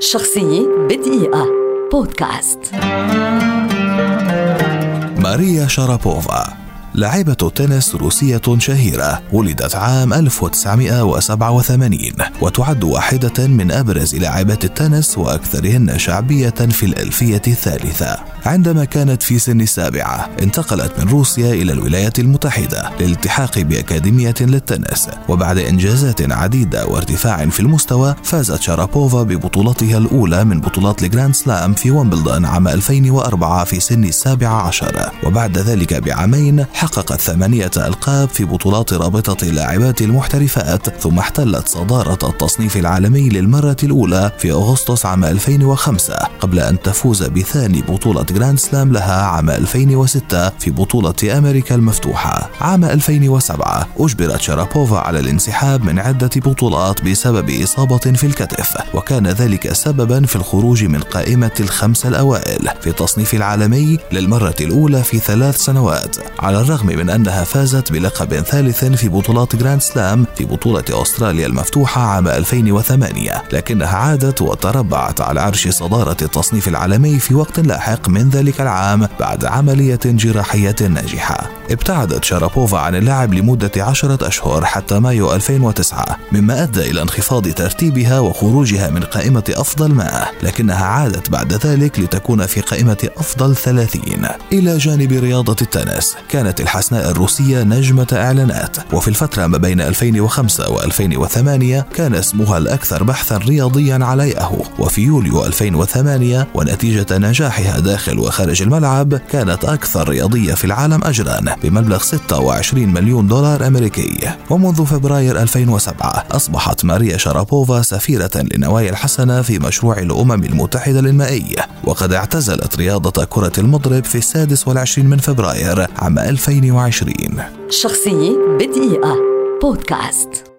شخصية بدقيقة بودكاست. ماريا شارابوفا لاعبة تنس روسية شهيرة، ولدت عام 1987 وتعد واحدة من أبرز لاعبات التنس وأكثرهن شعبية في الألفية الثالثة. عندما كانت في سن السابعة انتقلت من روسيا إلى الولايات المتحدة للالتحاق بأكاديمية للتنس، وبعد إنجازات عديدة وارتفاع في المستوى فازت شارابوفا ببطولتها الأولى من بطولات الجراند سلام في ويمبلدون عام 2004 في سن 17، وبعد ذلك بعامين حققت 8 ألقاب في بطولات رابطة اللاعبات المحترفات، ثم احتلت صدارة التصنيف العالمي للمرة الأولى في أغسطس عام 2005 قبل أن تفوز بثاني بطولة جراند سلام لها عام 2006 في بطولة أمريكا المفتوحة. عام 2007 أجبرت شارابوفا على الانسحاب من عدة بطولات بسبب إصابة في الكتف، وكان ذلك سببا في الخروج من قائمة الخمسة الأوائل في التصنيف العالمي للمرة الأولى في 3 سنوات، على الرغم من أنها فازت بلقب ثالث في بطولات جراند سلام في بطولة أستراليا المفتوحة عام 2008، لكنها عادت وتربعت على عرش صدارة التصنيف العالمي في وقت لاحق من ذلك العام بعد عملية جراحية ناجحة. ابتعدت شارابوفا عن اللعب لمدة 10 أشهر حتى مايو 2009، مما أدى إلى انخفاض ترتيبها وخروجها من قائمة أفضل 100، لكنها عادت بعد ذلك لتكون في قائمة أفضل 30. إلى جانب رياضة التنس كانت الحسناء الروسية نجمة إعلانات، وفي الفترة ما بين 2005 و2008 كان اسمها الأكثر بحثا رياضيا على ياهو، وفي يوليو 2008 ونتيجة نجاحها داخل وخارج الملعب كانت أكثر رياضية في العالم أجرا بمبلغ 26 مليون دولار أمريكي. ومنذ فبراير 2007 أصبحت ماريا شارابوفا سفيرة للنوايا الحسنة في مشروع الأمم المتحدة للمائية، وقد اعتزلت رياضة كرة المضرب في 26 من فبراير عام 2020. شخصية بدقيقة بودكاست.